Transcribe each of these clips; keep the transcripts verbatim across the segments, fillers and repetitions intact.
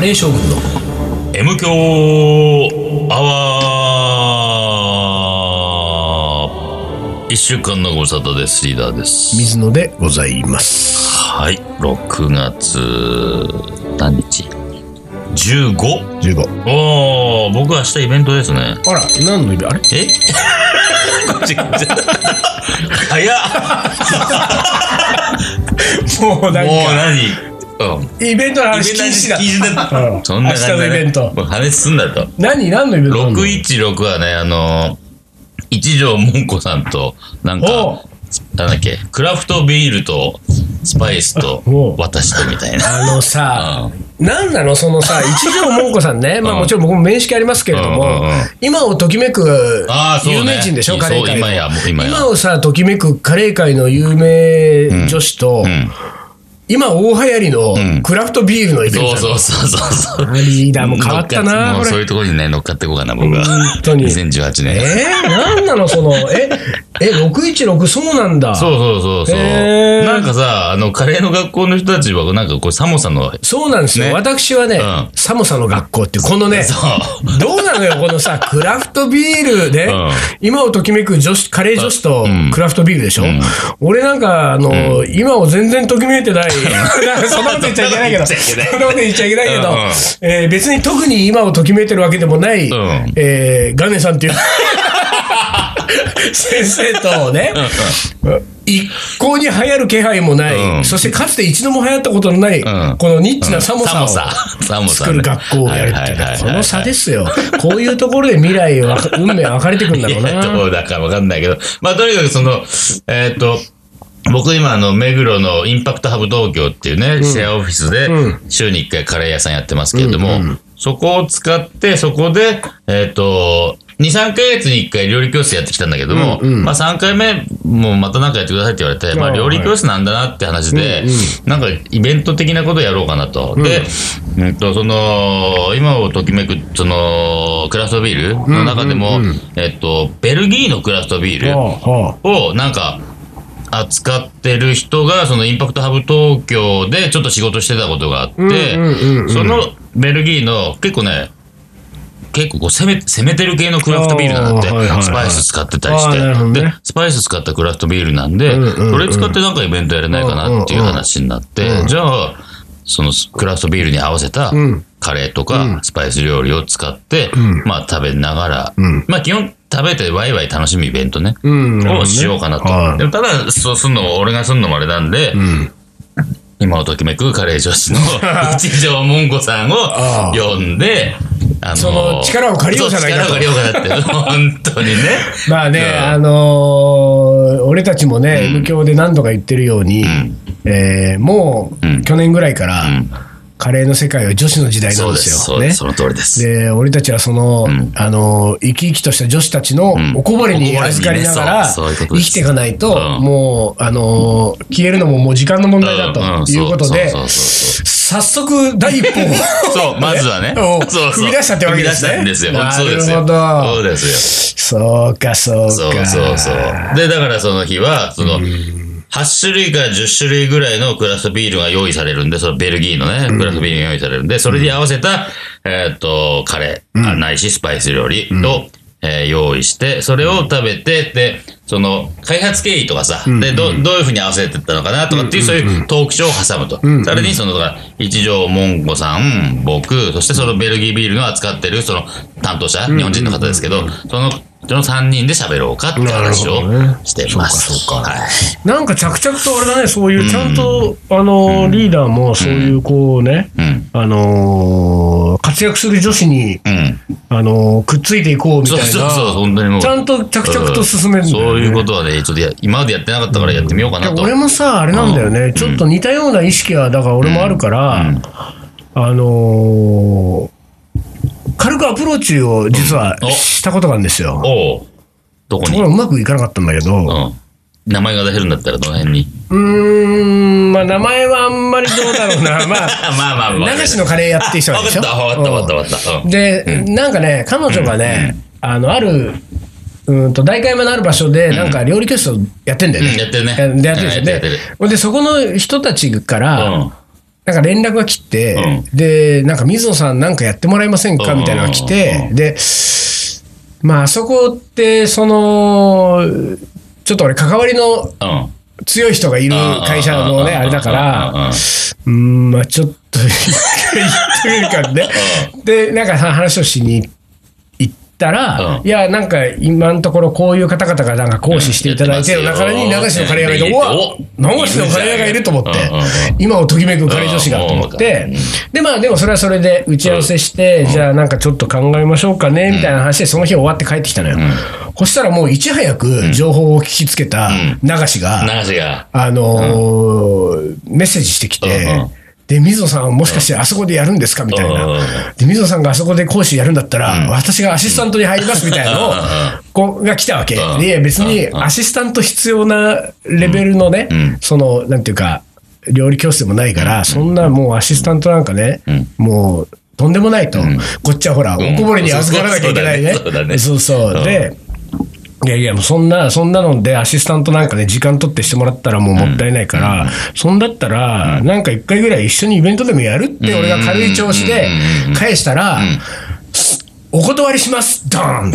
レー将軍の M 強アワー。一週間のご無沙汰です。リーダーです。 水野でございます。 はい、ろくがつ何日？じゅうご。 じゅうご。 おー、僕は明日イベントですね。 あら、何のイベント？あれ？ え？こっちこっち。早っ。 もうなんか。 もう何？ うん、イベントの話禁止だった。うん、 そんな感じだね。明日のイベント。もう話すんだと。 何何のイベント？ ろくいちろくはね、あの、一条もんこさんと、なんか、なんだっけ、クラフトビールとスパイスと私とみたいな。 あのさ、うん、なんなのそのさ、一条もんこさんね、まあもちろん僕も面識ありますけれども、うんうんうん、今をときめく有名人でしょ、ね、カレー界の。今や、もう今や。今をさ、ときめくカレー界の有名女子と、うんうん今大流行りのクラフトビールのイベント、 うん、そうそうそうそう。 リーダーも変わったな。 もうそういうところにね乗っかっていこうかな僕は。 本当に。 にせんじゅうはちねん。 えー、なんなのそのええろくいちろくそうなんだ。 そうそうそうそう。えー、なんかさあのカレーの学校の人たちはなんかこうサモサのそうなんですよ。ね、私はね、うん、サモサの学校っていうこのねどうなのよこのさクラフトビールで、うん、今をときめく女子カレー女子とクラフトビールでしょ。うん、俺なんかあの、うん、今を全然ときめいてない。そんなこと言っちゃいけないけど、そんなこと言っちゃいけないけど、うんうんえー、別に特に今をときめいてるわけでもない、うんえー、ガネさんっていう先生とね、うんうん、一向に流行る気配もない、うん、そしてかつて一度も流行ったことのない、うん、このニッチな寒さを作る学校をやるっていう、この差ですよ。こういうところで未来、運命分かれてくるんだろうな。 どうだか分かんないけど、まあとにかくその、えーっと、僕今あの目黒のインパクトハブ東京っていうね、うん、シェアオフィスで週にいっかいカレー屋さんやってますけれども、うんうん、そこを使ってそこでえっとに、さんかげつにいっかい料理教室やってきたんだけども、うんうん、まあさんかいめもうまた何かやってくださいって言われて、まあ料理教室なんだなって話で、うんうん、なんかイベント的なことをやろうかなと。うん、で、うんとその今をときめくそのクラフトビールの中でも、うんうんうん、えっとベルギーのクラフトビールをなんか扱ってる人がそのインパクトハブ東京でちょっと仕事してたことがあって、うんうんうんうん、そのベルギーの結構ね結構こう攻め攻めてる系のクラフトビールなんだって、はいはいはい、スパイス使ってたりして、ね、でスパイス使ったクラフトビールなんで、うんうんうん、それ使ってなんかイベントやれないかなっていう話になって、うんうん、じゃあそのクラフトビールに合わせたカレーとかスパイス料理を使って、うん、まあ食べながら、うん、まあ基本食べてワイワイ楽しむイベントね、うん、をしようかなと、ね、でもただそうすんの俺がすんのもあれなんで、うん、今をときめくカレー女子の一条もんこさんを呼んであのー、その力を借りようじゃないかと。 力を借りようかなって本当にね。 まあね、うん、あのー、俺たちもね、M響で何度か言ってるように、うん、えー、もう去年ぐらいから、うんカレーの世界は女子の時代なんですよ。 そうです、そうです、ね、その通りです。 で、俺たちはその、うん、あの、生き生きとした女子たちのおこぼれに預かりながら、生きていかないと、うん、もう、あの、消えるのももう時間の問題だということで、早速第一歩をそう、まずはね、 踏み出したってわけですね。踏み出したんですよ。 なるほど。そうですよ。そうか、そうか。 そうそうそう。で、だからその日は、その、うんはちしゅるいからじゅっしゅるいぐらいのクラフトビールが用意されるんで、そのベルギーのね、クラフトビールが用意されるんで、それに合わせた、えっと、カレー、うん、ないしスパイス料理を、うんえー、用意して、それを食べて、で、その、開発経緯とかさ、うん、で、ど、どういうふうに合わせてったのかなとかっていう、そういうトークショーを挟むと。うん、さらに、その、だから、一条もんこさん、僕、そしてそのベルギービールの扱ってる、その、担当者、日本人の方ですけど、その、そのさんにんで喋ろうかって話をしてます。 ね、そうか、そうか。はい、なんか着々とあれだね、そういうちゃんと、うん、あの、リーダーもそういうこうね、うん、あのー、活躍する女子に、うん、あのー、くっついていこうみたいな。そうそうそう、本当にもう。ちゃんと着々と進めるんだよね、 そういうことはね、ちょっとや今までやってなかったからやってみようかなと。 俺もさ、あれなんだよね、うん、ちょっと似たような意識は、だから俺もあるから、うんうん、あのー、軽くアプローチを実はしたことがあるんですよ。 おうどこに？ これうまくいかなかったんだけど、うん、 名前が出せるんだったらどの辺に？ うーん、まあ名前はあんまりどうだろうな。まあ、まあまあまあ。流しのカレーやってる人なんでしょ？ わかった、わかった、わかった、わかった。 で、うん、なんかね、彼女がね、うん、あの、ある、うんと代官山のある場所でなんか料理教室をやってんだよね。 うん、やってるね。 でやってるでしょ。で、でそこの人たちから、うんなんか連絡が来て、うん、で、なんか水野さんなんかやってもらえませんかみたいなのが来て、で、まあ、あそこって、その、ちょっと俺関わりの強い人がいる会社のね、あれだから、うん、まあちょっと言ってみるからね。で、なんか話をしに行ったら、いや、なんか今のところこういう方々がなんか講師していただいてる中に流しのカレー屋がいて、うわ流しのカレー屋がいると思って、今をときめくカレー女子がと思って、で、まあでもそれはそれで打ち合わせして、じゃあなんかちょっと考えましょうかね、みたいな話でその日終わって帰ってきたのよ。そしたらもういち早く情報を聞きつけた流しが、あのー、メッセージしてきて、で、水野さんもしかしてあそこでやるんですかみたいな。で、水野さんがあそこで講師やるんだったら、私がアシスタントに入りますみたいなのを、こうが来たわけ。で、いや別にアシスタント必要なレベルのね、その、なんていうか、料理教室でもないから、そんなもうアシスタントなんかね、もう、とんでもないと。こっちはほら、おこぼれに預からなきゃいけないね。そうそう。で、いやいや、もうそんな、そんなのでアシスタントなんかね、時間取ってしてもらったらもうもったいないから、うん、そんだったら、なんか一回ぐらい一緒にイベントでもやるって俺が軽い調子で返したら、お断りします、ドーン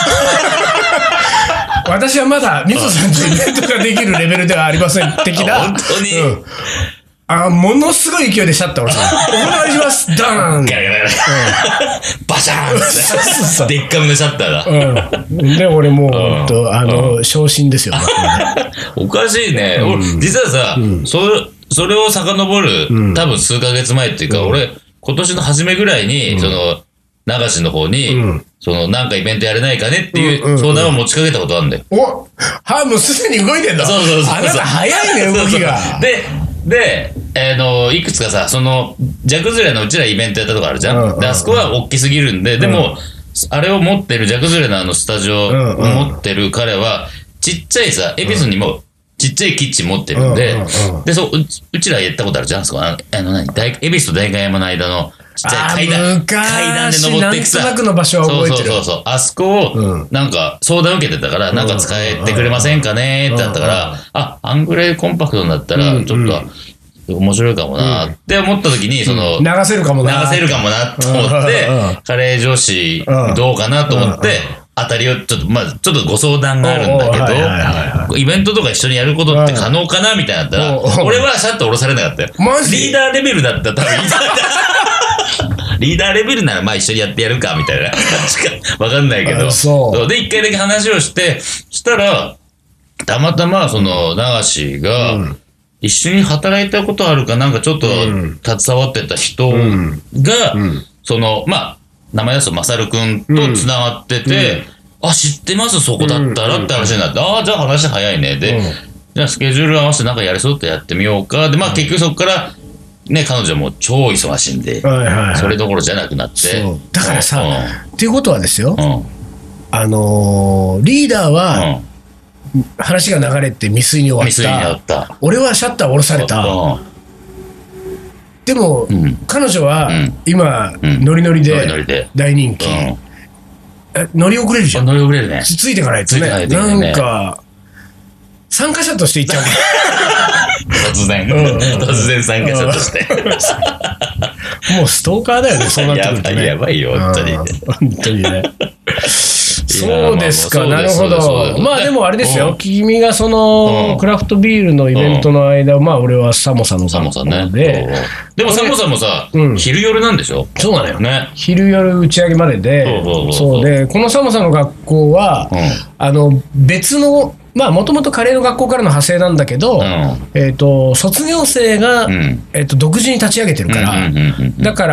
私はまだ水野さんとイベントができるレベルではありません、的な。 本当に、うん、 あ、ものすごい勢いでシャッターを押す。お断りします、ドーン、うん、 バシャーンって。でっかめのシャッターだ。うん、で、俺もう、ほんと、あの、昇進ですよ。 おかしいね。うん、実はさ、うん、それ、それを遡る、うん、多分数ヶ月前っていうか、うん、俺、今年の初めぐらいに、うん、その、流しの方に、うん、その、なんかイベントやれないかねっていう相談を持ちかけたことあるんだよ。 おはもうすでに動いてんだ。 そうそうそう。 あなた早いね、動きが。 で、で、えー、の、いくつかさ、その、ジャクズレのうちらイベントやったとこあるじゃん。うんうん、で、あそこは大きすぎるんで、うん、でも、あれを持ってる、ジャクズレのあのスタジオを持ってる彼は、ちっちゃいさ、恵比寿にもちっちゃいキッチン持ってるんで、うんうんうん、で、そう、うちらやったことあるじゃん、あそこ。あの、あの何、恵比寿と代官山の間の、ちっちゃい階段、階段で登っていくさ。 なんとなくの場所は覚えてる。 そうそうそう。あそこを、なんか、相談受けてたから、うん、なんか使えてくれませんかねってあったから、うん、あ、アングレコンパクトになったら、ちょっと、面白いかもなって思った時に、その、 流せるかもな。 流せるかもなと思って、カレー女子どうかなと思って、当たりをちょっと、まあちょっとご相談があるんだけど、イベントとか一緒にやることって可能かなみたいになったら、俺はシャッと下ろされなかったよ。リーダーレベルだったら多分いいんだ。リーダーレベルならまあ一緒にやってやるかみたいな感じかわかんないけど。そうで、一回だけ話をして、したら、たまたまその、流しが、うん一緒に働いたことあるかなんかちょっと携わってた人が、うんうん、その、まあ、名前出すとまさるくんと繋がってて、うん、あ、知ってますそこだったらって話になって、うん、ああ、じゃあ話早いね。で、うん、じゃあスケジュール合わせてなんかやれそうってやってみようか。で、まあ結局そこから、ね、彼女も超忙しいんで、はいはいはい、それどころじゃなくなって。 そうだからさ、うん、っていうことはですよ、うん、あのー、リーダーは、うん話が流れて未遂に終わった。未遂に終わった。俺はシャッター下ろされた。うん、でも、うん、彼女は今、うん、ノリノリで大人気。うん、え乗り遅れるじゃん。 乗り遅れるね。 ついてかないとね。ねなんか、参加者として行っちゃう。 突然、うん、突然参加者として。 もうストーカーだよね、そうなってくるとね。 やばいよ、本当に。 本当にね。そうですか、なるほど。まあでもあれですよ、君がそのクラフトビールのイベントの間、まあ俺はサモサの学校で。 でもサモサもさ、昼夜なんでしょ？ そうなのよね。昼夜打ち上げまでで、そうで、このサモサの学校は、あの別の、まあもともとカレーの学校からの派生なんだけど、えっと、卒業生が、えっと、独自に立ち上げてるから、だから、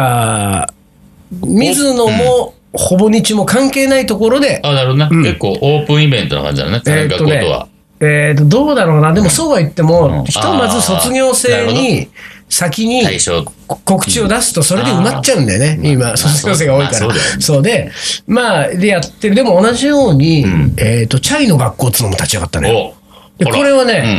水野も、ほぼ日も関係ないところで。 あ、なるほどね、うん。結構オープンイベントな感じだね、 えー、学校とは。えっと、どうだろうな。でもそうは言っても、うん、ひとまず卒業生に先に告知を出すと、それで埋まっちゃうんだよね。今、卒業生が多いから。まあ、そう, ね、そうで、まあ、でやってる。でも同じように、うん、えっと、チャイの学校っていうのも立ち上がったね。で、これはね、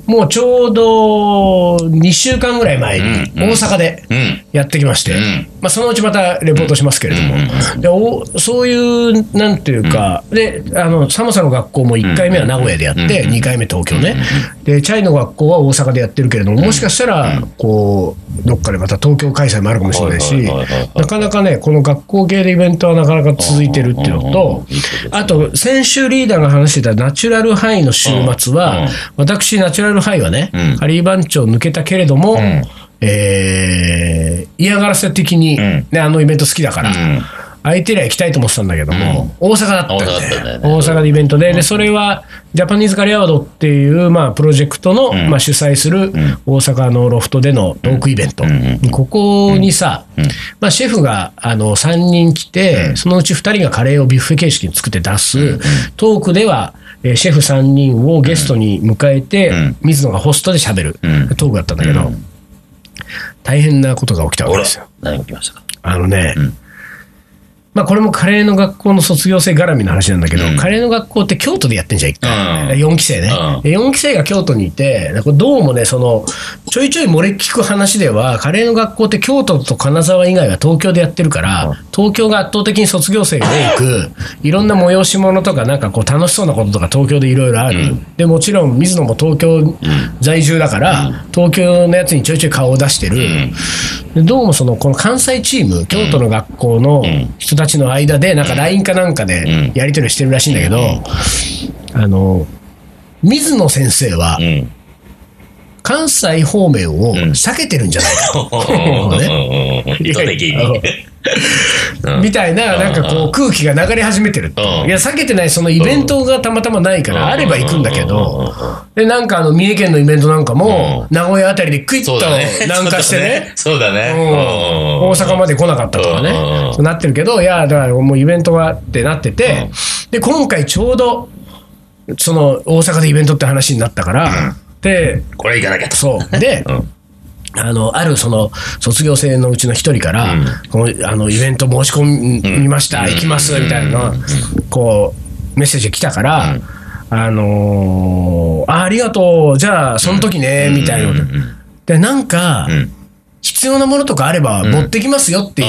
もうちょうどにしゅうかんぐらい前に大阪でやってきまして、まあ、そのうちまたレポートしますけれども、でおそういうなんていうか、であの寒さの学校もいっかいめは名古屋でやって、にかいめ東京ね、でチャイの学校は大阪でやってるけれども、もしかしたらこうどっかでまた東京開催もあるかもしれないし、なかなかねこの学校系でイベントはなかなか続いてるっていうのと、あと先週リーダーが話してたナチュラルハイの週末は、私ナチュラルハイはね、カリー番長抜けたけれども、えー、嫌がらせ的に、ね、あのイベント好きだから、空いてりゃ行きたいと思ってたんだけども、大阪だったんで、大阪でイベントで、でそれはジャパニーズカリーアワードっていう、まあ、プロジェクトの、まあ、主催する大阪のロフトでのトークイベント、ここにさ、まあ、シェフがあのさんにん来て、そのうちふたりがカレーをビュッフェ形式に作って出す、トークではえーシェフさんにんをゲストに迎えて、うん、水野がホストで喋る、うん、トークだったんだけど、うん、大変なことが起きたわけですよ。 何が起きましたか？あのね、うんまあ、これもカレーの学校の卒業生絡みの話なんだけど、うん、カレーの学校って京都でやってんじゃん、一回。うん、よんき生ね、うん。よんき生が京都にいて、どうもね、その、ちょいちょい漏れ聞く話では、カレーの学校って京都と金沢以外は東京でやってるから、うん、東京が圧倒的に卒業生が多く、いろんな催し物とか、なんかこう楽しそうなこととか東京でいろいろある、うん。で、もちろん水野も東京在住だから、うん、東京のやつにちょいちょい顔を出してる。うん、でどうもその、この関西チーム、京都の学校の人たちたちの間でなんか ライン かなんかでやり取りしてるらしいんだけど、うん、あの水野先生は、うん、関西方面を避けてるんじゃないかと、ね、意図的にみたいな、なんかこう空気が流れ始めてる。いや、避けてない、そのイベントがたまたまないから、あれば行くんだけど、で、なんかあの、三重県のイベントなんかも、名古屋あたりでクイッと南下してね、 そうだね。 大阪まで来なかったとかね、そうなってるけど、いや、だからもうイベントがってなってて、で、今回ちょうど、その、大阪でイベントって話になったから、で、 これ行かなきゃと。 そう。で、あの、あるその卒業生のうちの一人から、うん、このあのイベント申し込みました、うん、行きますみたいな、うん、こうメッセージが来たから、うん、あのー、あ、ありがとう、じゃあその時ね、うん、みたいな、うん、でなんか、うん、必要なものとかあれば持ってきますよっていう、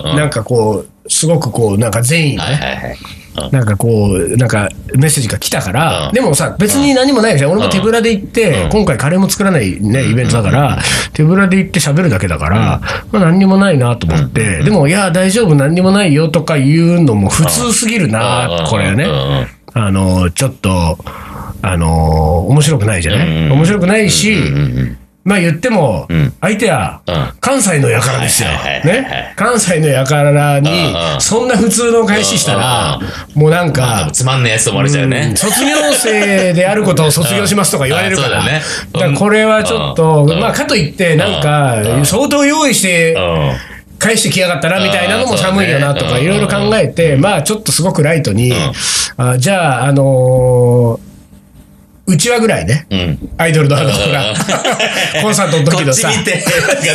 うん、なんかこうすごくこうなんか善意のね、はいはいはい、なんかこうなんかメッセージが来たから、うん、でもさ別に何もないじゃん、俺も手ぶらで行って、うん、今回カレーも作らないねイベントだから、うん、手ぶらで行って喋るだけだから、うん、まあ何にもないなと思って、うん、でもいや大丈夫何にもないよとか言うのも普通すぎるな、うん、これね、うん、あのちょっとあの面白くないじゃない、うん、面白くないし、うん、まあ言っても、相手は関西の輩ですよ。ね。関西の輩に、そんな普通の返ししたら、もうなんか、 つまんねえやつと思われちゃうね。 卒業生であることを卒業しますとか言われるから、だからこれはちょっと、まあかといって、なんか、相当用意して、返してきやがったなみたいなのも寒いよなとかいろいろ考えて、まあちょっとすごくライトに、あじゃあ、あのー、うちわぐらいね、うん、アイドルのあのほらコンサートの時のさ、こっち見て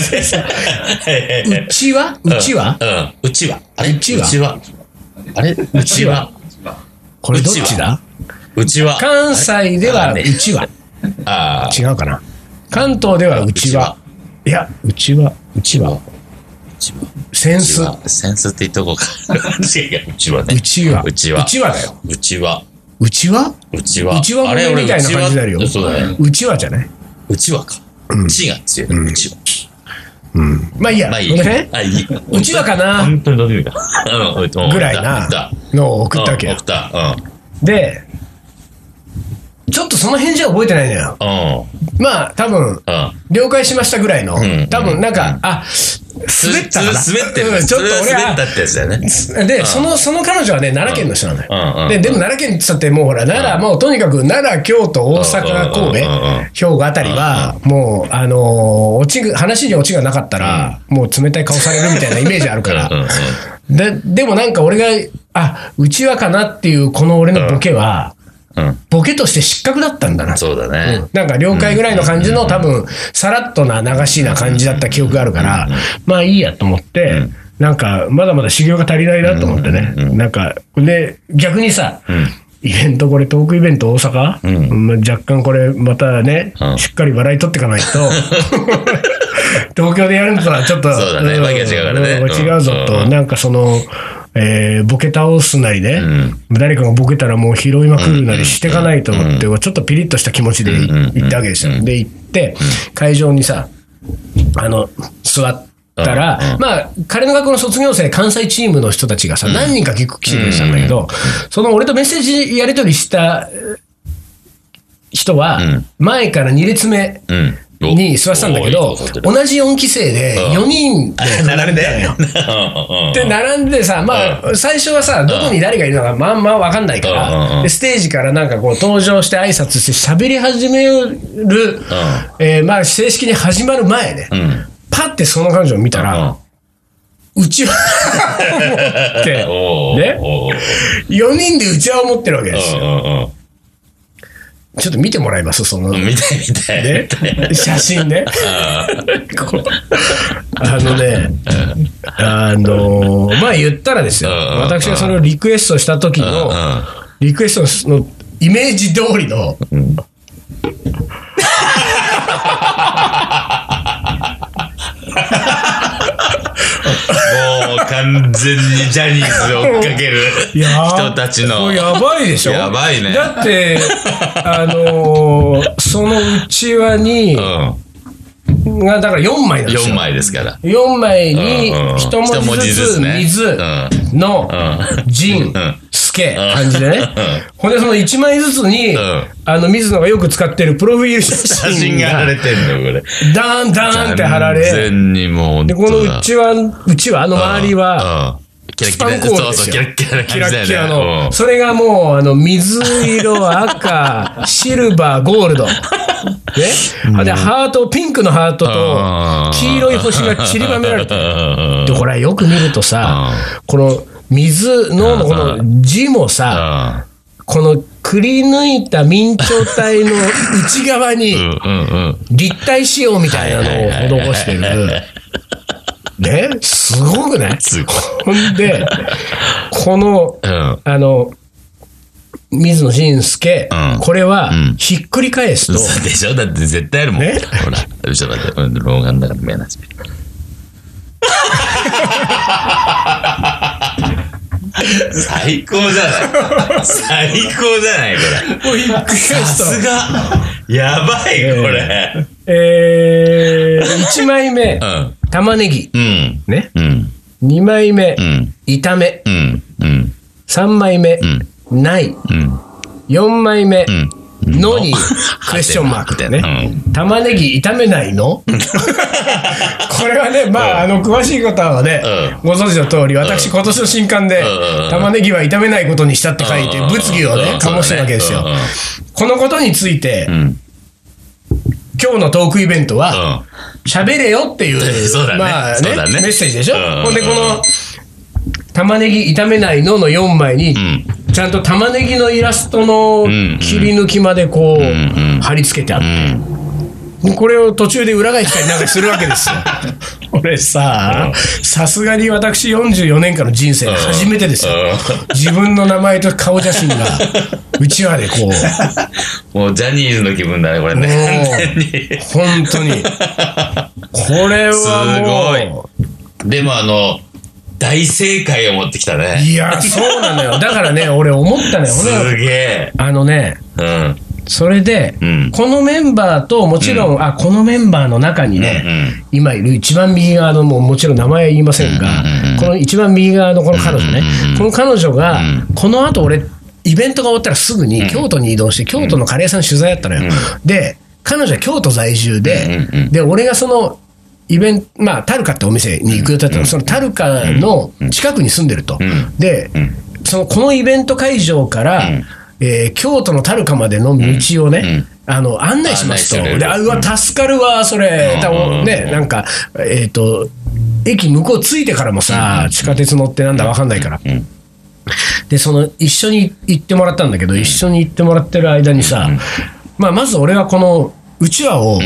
うちわうちわうちわあれうちわあれうちわこれどっちだ？ うちわ関西ではうちわ、あ違うかな、関東ではうちわ、いやうちわうちわセンスセンスって言っとこうか違ううちわねうちわうちわうちわだようちわうちわうちわうちわもねみたいな感じになるよ。 そうだね。 うちわじゃないうちわか。うちが強い。うちわ。 うん。まあいいや。まあいい。うちわかな。 本当にどうでもいいか。 ぐらいなのを送ったわけよ。 送った。 で、ちょっとその辺じゃ覚えてないのよ。まあ多分了解しましたぐらいの。多分なんかあ。滑ったかな、 滑ってる、うん、ちょっと俺は滑ったってやつだよね。 で、うん、そのその彼女はね奈良県の人なのよ、うんうん、ででも奈良県って言ったってもうほら奈良、うん、もうとにかく奈良京都大阪神戸、うん、兵庫あたりはもうあのー、落ち話にオチがなかったら、うん、もう冷たい顔されるみたいなイメージあるからででもなんか俺があうちわかなっていうこの俺のボケは、うんうん、ボケとして失格だったんだな。 そうだね、 うん、なんか了解ぐらいの感じの、うん、多分さらっとな流しな感じだった記憶があるから、うん、まあいいやと思って、うん、なんかまだまだ修行が足りないなと思ってね、うん、なんかで逆にさ、うん、 イベント、これトークイベント大阪、うんまあ、若干これまたね、うん、しっかり笑い取っていかないと東京でやるのとはちょっとそうだね、わけが違うからね、 違うぞと、うん、なんかその、えー、ボケ倒すなりね、うん、誰かがボケたらもう拾いまくるなりしていかないと思って、うん、ちょっとピリッとした気持ちで行ったわけですよ、うん、で行って会場にさあの座ったら、うん、まあ彼の学校の卒業生関西チームの人たちがさ、うん、何人か結構来てくれてたんだけど、うん、その俺とメッセージやり取りした人は前からに列目に座ってたんだけど、同じよんき生でよにんで並んでたのよ。で、並んでさ、まあ、最初はさ、どこに誰がいるのかまあまあわかんないから、で、ステージからなんかこう登場して挨拶して喋り始める、えー、まあ、正式に始まる前ね、パッてその彼女を見たら、うちわを持って、ね、よにんでうちわを持ってるわけですよ。ちょっと見てもらいますその。 見て見て。 ね、写真ね。あのね、あのー、まあ言ったらですよ。私がそれをリクエストした時の、リクエストのイメージ通りの、 もう完全にジャニーズを追っかける人たちの。 やばいでしょ。 やばいね。 だって、あのー、そのうちわに、うん、がだからよんまいなんですよ。 よんまいですから。 よんまいにひと文字ずつ水の陣、助感じでね。ほんでそのいちまいずつに、あの水野がよく使ってるプロフィール写真が。 写真が貼られてんのよ、これ。 ダーンダーンって貼られ。 完全にもう。 で、このうちわ、うちわ、あの周りは、スパンコールですよ。 そうそう、キラッキラな感じだよね。 キラッキラの。それがもう、あの、水色、赤、シルバー、ゴールド。ね。で、ハート、ピンクのハートと、黄色い星が散りばめられてる。で、これよく見るとさ、この、水のこの字もさ、このくり抜いた明朝体の内側に立体仕様みたいなのを施してる。ね、すごくない？ほんで、この、あの、水野仁介、これはひっくり返すと。 でしょ？だって絶対あるもん。ね、ほら、ちょっと待って、老眼だから見えない。最高じゃない最高じゃないこれ。さすがやばいこれ。 えー、えー、いちまいめ、うん、玉ねぎ、うん、ね、うん、にまいめ、うん、炒め、うんうん、さんまいめ、うん、ない、うん、よんまいめ、うんのにクエスチョンマークでね、うん、玉ねぎ炒めないのこれはね、まあ、うん、あの詳しい方はね、うん、ご存知の通り、私今年の新刊で、うん、玉ねぎは炒めないことにしたって書いて、うん、物議をね醸してるわけですよ、うん、このことについて、うん、今日のトークイベントは喋、うん、れよっていう、ね、まあね、ねメッセージでしょ、うん、ほんでこの玉ねぎ炒めないののよんまいに、うんちゃんと玉ねぎのイラストの切り抜きまでこう、うんうん、貼り付けてあって、うん、これを途中で裏返したりなんかするわけですよ。俺さ、さすがに私よんじゅうよねんかんの人生で初めてですよ。自分の名前と顔写真がうちわでこう。もうジャニーズの気分だねこれね。 本当に。これはもう。 すごい。でもあの。大正解を持ってきたね。 いや、そうなのよ。だからね、俺思ったのよ。 すげえ。 あのね、うん、それで、うん、このメンバーと、もちろん、うん、あ、このメンバーの中にね、うんうん、今いる一番右側の、もうもちろん名前は言いませんが、うんうん、この一番右側のこの彼女ね、うんうん、この彼女が、うん、この後俺、イベントが終わったらすぐに京都に移動して、京都のカレー屋さん取材やったのよ。うん、で、彼女は京都在住で、うんうん、で、俺がその、イベント、まあ、タルカってお店に行く予定だったの、うん、そのタルカの近くに住んでると。うん、で、うん、その、このイベント会場から、うん、えー、京都のタルカまでの道をね、うん、あの、案内しますと。で、あ、うわ、助かるわ、それ。うん、ね、なんか、えっと、駅向こう着いてからもさ、うん、地下鉄乗ってなんだわかんないから。うん、で、その、一緒に行ってもらったんだけど、一緒に行ってもらってる間にさ、うん、まあ、まず俺はこの、うちわを、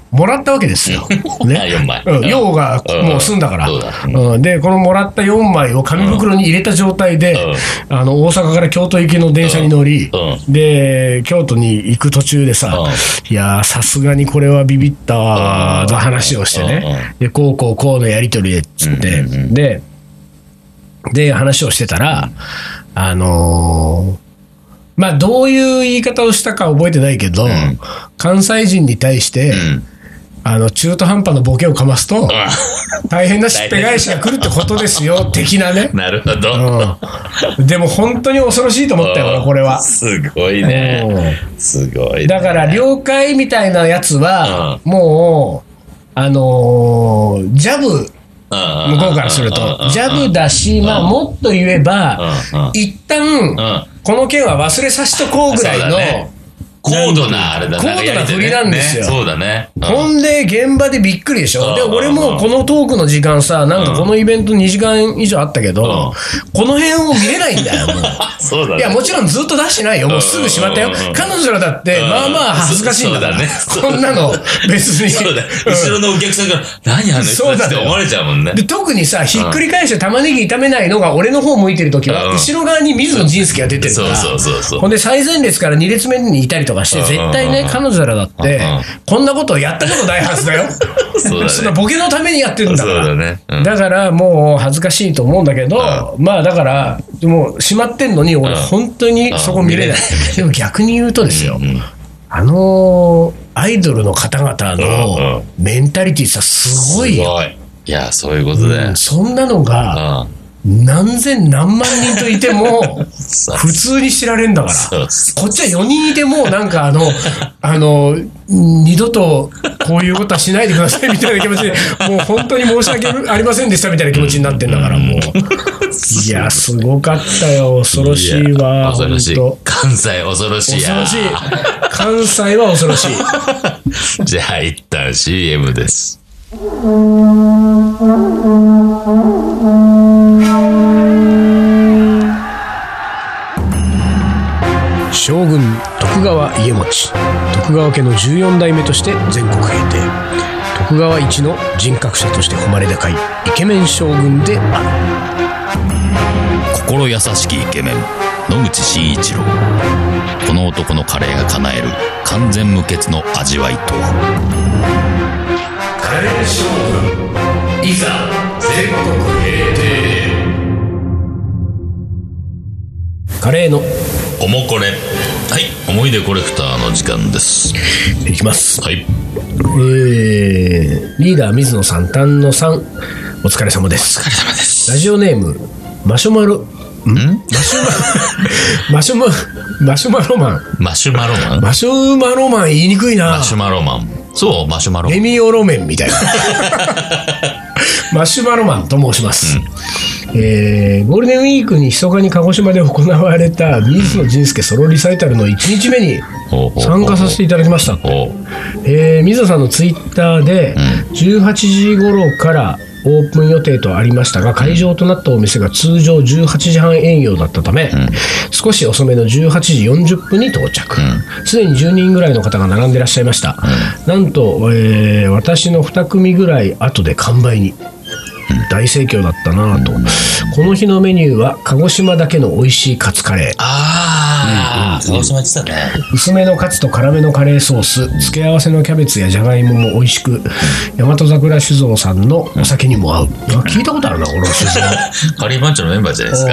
もらったわけですよ。ね、 よんまい。 うん、用がもう済んだから、 うんうん。で、このもらったよんまいを紙袋に入れた状態で、うん、あの大阪から京都行きの電車に乗り、うん、で、京都に行く途中でさ、うん、いやー、さすがにこれはビビったわーの話をしてね、で、こうこうこうのやりとりでっつって、うんうんうん、で、で、話をしてたら、あのー、まあ、どういう言い方をしたか覚えてないけど、うん、関西人に対して、うん、あの中途半端なボケをかますと、大変なしっぺ返しが来るってことですよ、的なね。 なるほど、 うん。でも本当に恐ろしいと思ったよ、これは。 すごいね。すごいね。 だから、了解みたいなやつは、うん、もう、あのー、ジャブ、向こうからすると、ジャブだし、まあ、もっと言えば、一旦、この件は忘れさせとこうぐらいの、 高度なあれだね。 高度な振りなんですよ。 そうだね。 ほんで、現場でびっくりでしょ。で、俺もこのトークの時間さ、なんかこのイベントにじかん以上あったけど、この辺を見れないんだよ、もう。 そうだね。 いや、もちろんずっと出してないよ。もうすぐしまったよ。彼女らだって、まあまあ恥ずかしいんだから。こんなの、別に。 そうだ。後ろのお客さんが、何あの人って思われちゃうもんね。 で、特にさ、ひっくり返して玉ねぎ炒めないのが俺の方向いてるときは、後ろ側に水野仁介が出てるから。そうそうそう。ほんで、最前列からに列目にいたりとかして、絶対ね、彼女らだって、こんなことをやったことないはずだよ。そうだね。そんなボケのためにやってるんだから。そうだね。うん、だからもう恥ずかしいと思うんだけど、うん、まあだから、もう閉まってんのに、俺本当にそこ見れない。でも逆に言うとですよ、うんうん、あのー、アイドルの方々のメンタリティーさ、すごいよ。すごい。 いや、そういうことで。 うん、そんなのが、何千何万人といても普通に知られんだから、こっちはよにんいてもなんかあのあの二度とこういうことはしないでくださいみたいな気持ちで、もう本当に申し訳ありませんでしたみたいな気持ちになってんだから、もういやすごかったよ。恐ろしいわ。 恐ろしい。関西恐ろしい。 恐ろしい。関西は恐ろしい。 じゃあ一旦 シーエム です。 将軍徳川家茂徳川家のじゅうよん代目として全国平定、徳川一の人格者として誉れ高いイケメン将軍である。心優しきイケメン野口真一郎。この男のカレーが叶える完全無欠の味わいとは。 カレー将軍いざ全国平定。カレーのおもこれ。はい、思い出コレクターの時間です。 いきます。 はい。 えー、リーダー水野さん、丹野さん、お疲れ様です。 お疲れ様です。 ラジオネームマシュマロんマシュママシュママシュマロマンマシュマロマンマシュマロマン言いにくいな。 マシュマロマン。そうマシュマロレミオロメンみたいなマシュマロマンと申します。うん、えー、ゴールデンウィークに密かに鹿児島で行われた水野仁介ソロリサイタルのいちにちめに参加させていただきました。えー、水野さんのツイッターでじゅうはちじ頃からオープン予定とありましたが、会場となったお店が通常じゅうはちじはん営業だったため、うん、少し遅めのじゅうはちじよんじゅっぷんに到着。すで、うん、にじゅうにんぐらいの方が並んでいらっしゃいました。うん、なんと、えー、私のに組ぐらい後で完売に。大盛況だったなと、うん、この日のメニューは鹿児島だけの美味しいカツカレー。 ああ、うんうん、鹿児島言ってたね。 薄めのカツと辛めのカレーソース、付け合わせのキャベツやじゃがいもも美味しく、大和桜酒造さんのお酒にも合う。聞いたことあるな、この酒造。 カリー番長のメンバーじゃないですか。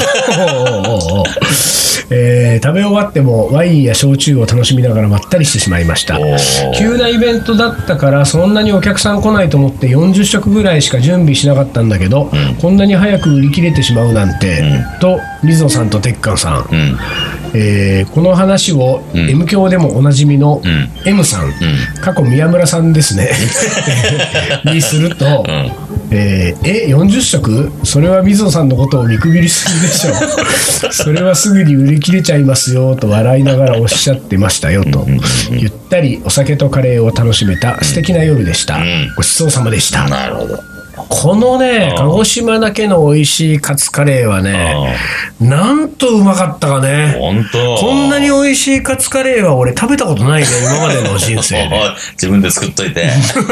えー、食べ終わってもワインや焼酎を楽しみながらまったりしてしまいました。急なイベントだったからそんなにお客さん来ないと思ってよんじゅっ食ぐらいしか準備しなかったんだけど、うん、こんなに早く売り切れてしまうなんて、うん、と水野さんと鉄幹さん、うん、えー、この話を M 響でもおなじみの M さん、うん、過去宮村さんですねにすると、うん、えー、えよんじゅっ食？それは水野さんのことを見くびりすぎでしょそれはすぐに売り切れちゃいますよと笑いながらおっしゃってましたよと。ゆったりお酒とカレーを楽しめた素敵な夜でした。ごちそうさまでした。 なるほど。 このね、鹿児島だけの美味しいカツカレーはね、なんとうまかったかね。 本当。 こんなに美味しいカツカレーは俺食べたことないね、今までの人生で。 自分で作っといて。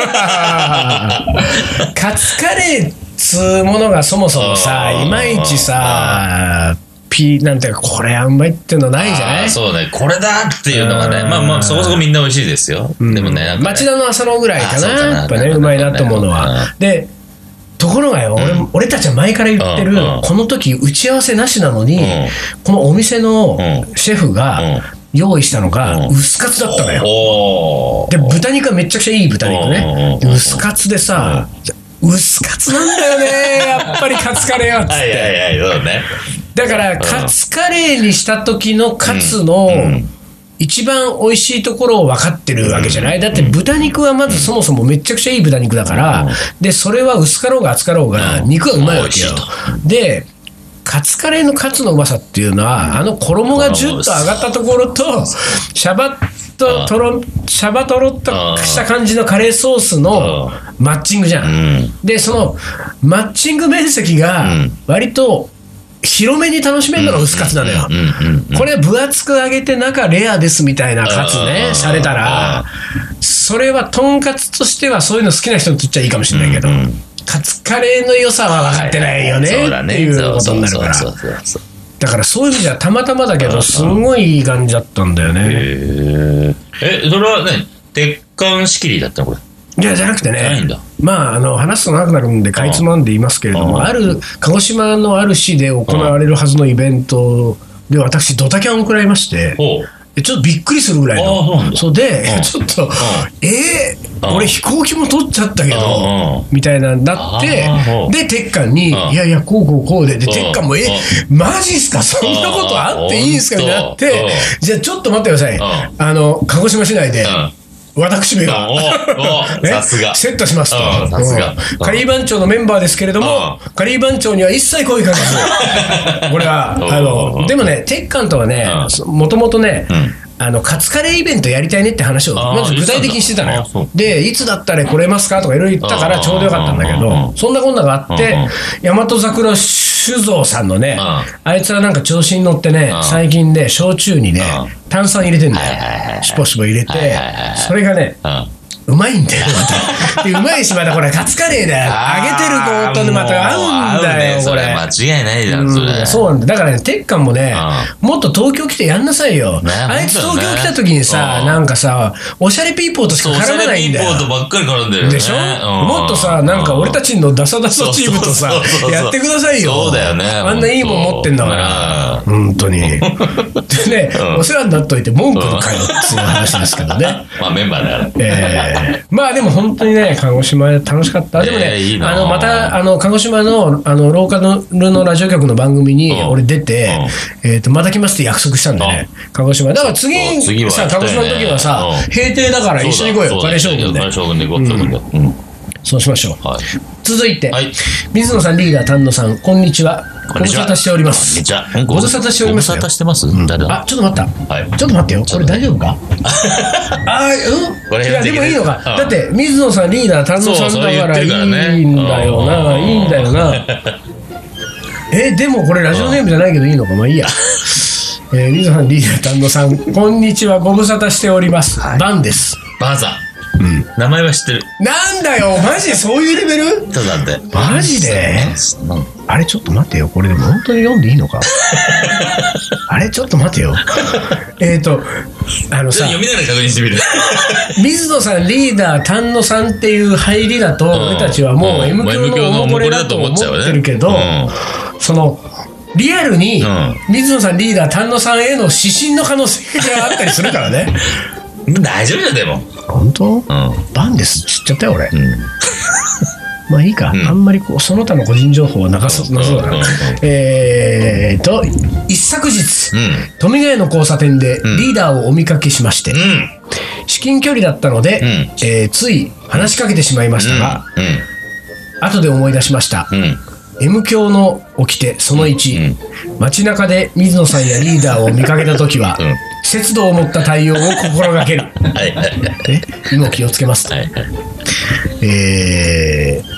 カツカレーっつうものがそもそもさ、いまいちさ、ピーなんていうか、これはうまいっていうのないじゃない？ そうね、これだっていうのがね、まあまあそこそこみんな美味しいですよ。でもね、 町田の浅野ぐらいかな、やっぱね、うまいなと思うのは。で、ところがよ、俺俺たちは前から言ってる、この時打ち合わせなしなのに、このお店のシェフが用意したのが薄カツだったのよ。で、豚肉はめちゃくちゃいい豚肉ね。薄カツでさ、薄カツなんだよね、やっぱりカツカレーはっつって。はいはいはい、そうね。だからカツカレーにした時のカツの一番美味しいところを分かってるわけじゃない。だって豚肉はまずそもそもめちゃくちゃいい豚肉だから、でそれは薄かろうが厚かろうが肉はうまいわけよ。でカツカレーのカツのうまさっていうのは、あの衣がジュッと上がったところとシャバッととろシャバとろっとした感じのカレーソースのマッチングじゃん。でそのマッチング面積が割と広めに楽しめるのが薄カツなのよ。これ分厚く揚げて中レアですみたいなカツね、されたら、それはとんかつとしてはそういうの好きな人にとっちゃいいかもしれないけど、カツカレーの良さは分かってないよねっていうことになるから。だからそういう意味じゃたまたまだけどすごいいい感じだったんだよね。 え、それはね、鉄管仕切りだったのこれ？ いや、じゃなくてね、まあ、あの話すと長くなるんでかいつまんで言いますけれども、ある鹿児島のある市で行われるはずのイベントで私ドタキャンを食らいまして、ちょっとびっくりするぐらいの、そうでちょっとえー、俺飛行機も取っちゃったけどみたいなんだって、で鉄管にいやいやこうこうこうで、で鉄管もえマジっすか、そんなことあっていいんすかになって、じゃあちょっと待ってください、あの鹿児島市内で私めがさすがセットしますと、カリー番長のメンバーですけれども、カリー番長には一切声かけず、これはあのでもね、鉄管とはね、もともとね、あのカツカレーイベントやりたいねって話をまず具体的にしてたのよ。でいつだったら来れますかとかいろいろ言ったからちょうどよかったんだけど、そんなこんながあって、大和桜酒造さんのね、あいつはなんか調子に乗ってね、最近ね焼酎にね炭酸入れてんだよ、しぽしぽ入れて、それがねうまいんだよまた。でうまいし、またこれカツカレーで揚げてる子とまた合うんだよこれ。 間違いないじゃんそれ。 そうなんだ。だからね、鉄管もね、もっと東京来てやんなさいよ。あいつ東京来た時にさ、なんかさおしゃれピーポーとしか絡まないんだよ。 おしゃれピーポーとばっかり絡んでるよね。 でしょ。もっとさ、なんか俺たちのダサダサチームとさやってくださいよ。 そうだよね。 あんないいもん持ってんだから本当に。でね、お世話になっといて文句の会っていう話ですけどね。 まあメンバーだから。 えーまあでも本当にね、鹿児島楽しかった。でもね、えー、いいあのまたあの鹿児島のあのローカルのラジオ局の番組に俺出て、えっとまた来ますって約束したんでね、鹿児島。だから次さ、鹿児島の時はさ、閉廷だから一緒に行こうよ、カレー将軍で。カレー将軍で行こう、うん、そうしましょう。はい、続いて、はい、水野さん、リーダー丹野さん、こんにちは。ご無沙汰しております。 こんにちは。 ご無沙汰しております。 ご無沙汰してます？誰だ？ あ、ちょっと待った。はい。ちょっと待ってよ。これ大丈夫か？あ、うん。いやでもいいのか。だって水野さんリーダー丹野さんだからいいんだよな。いいんだよな。え、でもこれラジオネームじゃないけどいいのか。まあいいや。えー、水野さんリーダー丹野さん、こんにちは。ご無沙汰しております。バンです。 バンさん。うん、名前は知ってる。 なんだよ、マジそういうレベル？ ちょっと待って。 マジで？あれちょっと待ってよ、これでも本当に読んでいいのか？あれちょっと待てよ。えっとあのさ、 読みながら確認してみる。 水野さんリーダー丹野さんっていう入りだと、俺たちはもう M 響のおもこれだと思ってるけど、そのリアルに水野さんリーダー丹野さんへの指針の可能性があったりするからね。 大丈夫だよでも。 本当？うん。バンです知っちゃったよ俺。うん、まあいいか、うん、あんまりこうその他の個人情報はなさそうだな。えーと一昨日、うん、富ヶ谷の交差点でリーダーをお見かけしまして、うん、至近距離だったので、うんえー、つい話しかけてしまいましたが、うんうん、後で思い出しました。うん、M 響の掟そのいち、うん、街中で水野さんやリーダーを見かけたときは、うん、節度を持った対応を心がける。はいはいはい、今気をつけますと。はいはい、えー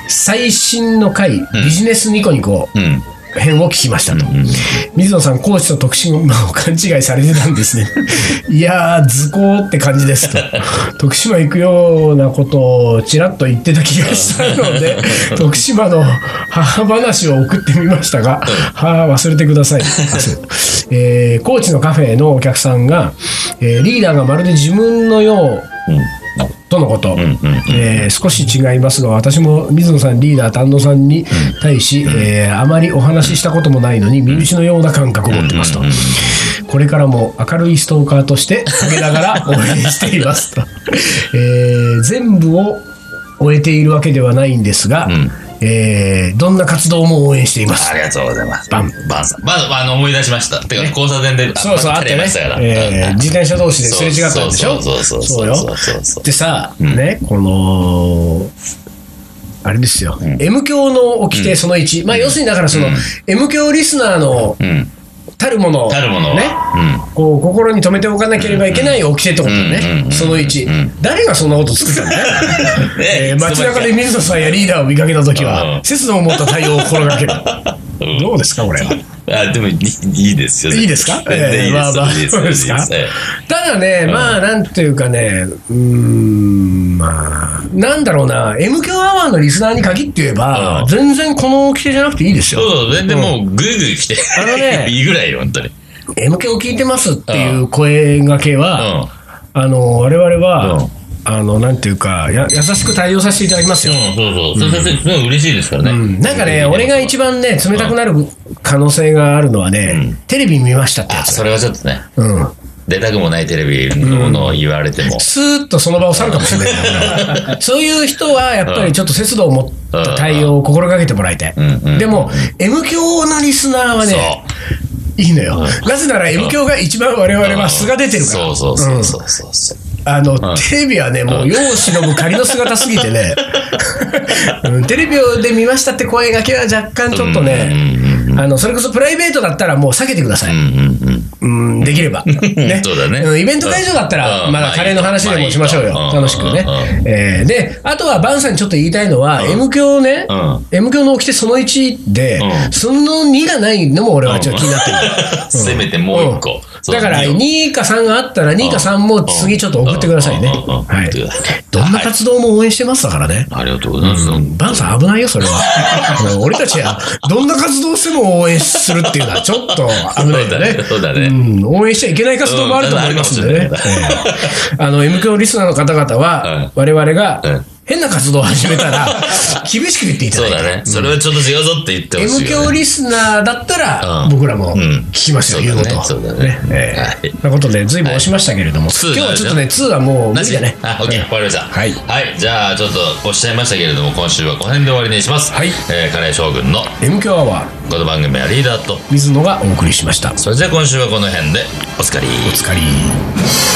最新の回、ビジネスニコニコ編を聞きましたと。うんうん、水野さん、高知と徳島を勘違いされてたんですね。いやー、図工って感じですと。徳島行くようなことをちらっと言ってた気がしたので、徳島の母話を送ってみましたが、はー、忘れてください。えー、高知のカフェのお客さんが、えー、リーダーがまるで自分のよう、うんとのこと、うんうんうんえー、少し違いますが、私も水野さんリーダー丹野さんに対し、うんえー、あまりお話ししたこともないのに身内のような感覚を持ってますと、うんうんうん、これからも明るいストーカーとして陰ながら応援していますと、えー、全部を終えているわけではないんですが、うんえー、どんな活動も応援しています。 ありがとうございます。 バンバンさん。まず、あの、思い出しました。てか、ね、交差点で、 そうそう、あってね。えー、自転車同士ですれ違ったんでしょ。 そうそうそう。そうよ。 でさ、うん、ね、この、あれですよ。うん、M 教の掟そのいち。うん、まあ、要するにだからその、うん、M 教リスナーの、うんたるものをね、うん、こう心に留めておかなければいけない掟ってことだね、そのいち、うん、誰がそんなこと作ったんだよ、えー、街中で水野さんやリーダーを見かけたときは節度を持った対応を心がける、うん、どうですかこれは。 あでもいいですよね。 いいですか、えー、まあまあそうですか。ただね、まあなんていうかね、うーんまあなんだろうな、 M 響アワーのリスナーに限って言えば、うん、全然この規定じゃなくていいですよ。 そうそう、全然もうグイグイ来て、あのねいいぐらいよ本当に。 M 響聞いてますっていう声掛けは、うん、あの我々は、うんあのなんていうかや優しく対応させていただきますよ。 うん、そうそう、うん、それそれ嬉しいですからね。うん、 なんかね、俺が一番ね冷たくなる可能性があるのはね、うん、テレビ見ましたってやつ。 それはちょっとね。 うん。 出たくもないテレビのものを言われても、うん、 スーッとその場を去るかもしれない、ね、そういう人はやっぱりちょっと節度を持った対応を心がけてもらいたい、うんうん、でも、うん、M 響のリスナーはねいいのよ、うん、なぜなら M 響が一番我々は素が出てるから。 そうそうそうそうそう、うんあの、うん、テレビはね、もう世を忍ぶ仮の姿すぎてね、うん、テレビで見ましたって声がけは若干ちょっとね、うんうん、あのそれこそプライベートだったらもう避けてください、うんうんうん、できれば、ねそうだね、 イベント会場だったら、うん、まだカレーの話でもしましょうよ、まあ、楽しくね、うんえー、であとはバンさんにちょっと言いたいのは、うん、M 響ね、うん、M 響の起きてそのいちで、うん、そのにがないのも俺はちょっと気になってる、 うん、せめてもういっこ、 うん、だからにかさんがあったらにかさんも次ちょっと送ってくださいね、はい、どんな活動も応援してますだからね、 はい、ありがとうございます、うん、 バンさん危ないよそれは俺たちはどんな活動しても応援するっていうのはちょっと危ないよね。 そうだね、 うん、応援しちゃいけない活動もあると思いますんでね、うん、えー、あの M 響リスナーの方々は我々が、うん変な活動を始めたら厳しく言っていただいて、 そうだね、それはちょっと違うぞって言ってほしいよね。 M 響リスナーだったら僕らも聞きますよ、言うこと。 そうだね、 えー、ということで随分押しましたけれども、今日はちょっとねにはもう無理だね。 あ、オッケー、わかりました。はい、はい、じゃあちょっと押しちゃいましたけれども、今週はこの辺で終わりにします。はい、えー、カレー将軍の M 響アワー、 この番組はリーダーと水野がお送りしました。 それじゃあ今週はこの辺でおつかり。 おつかり。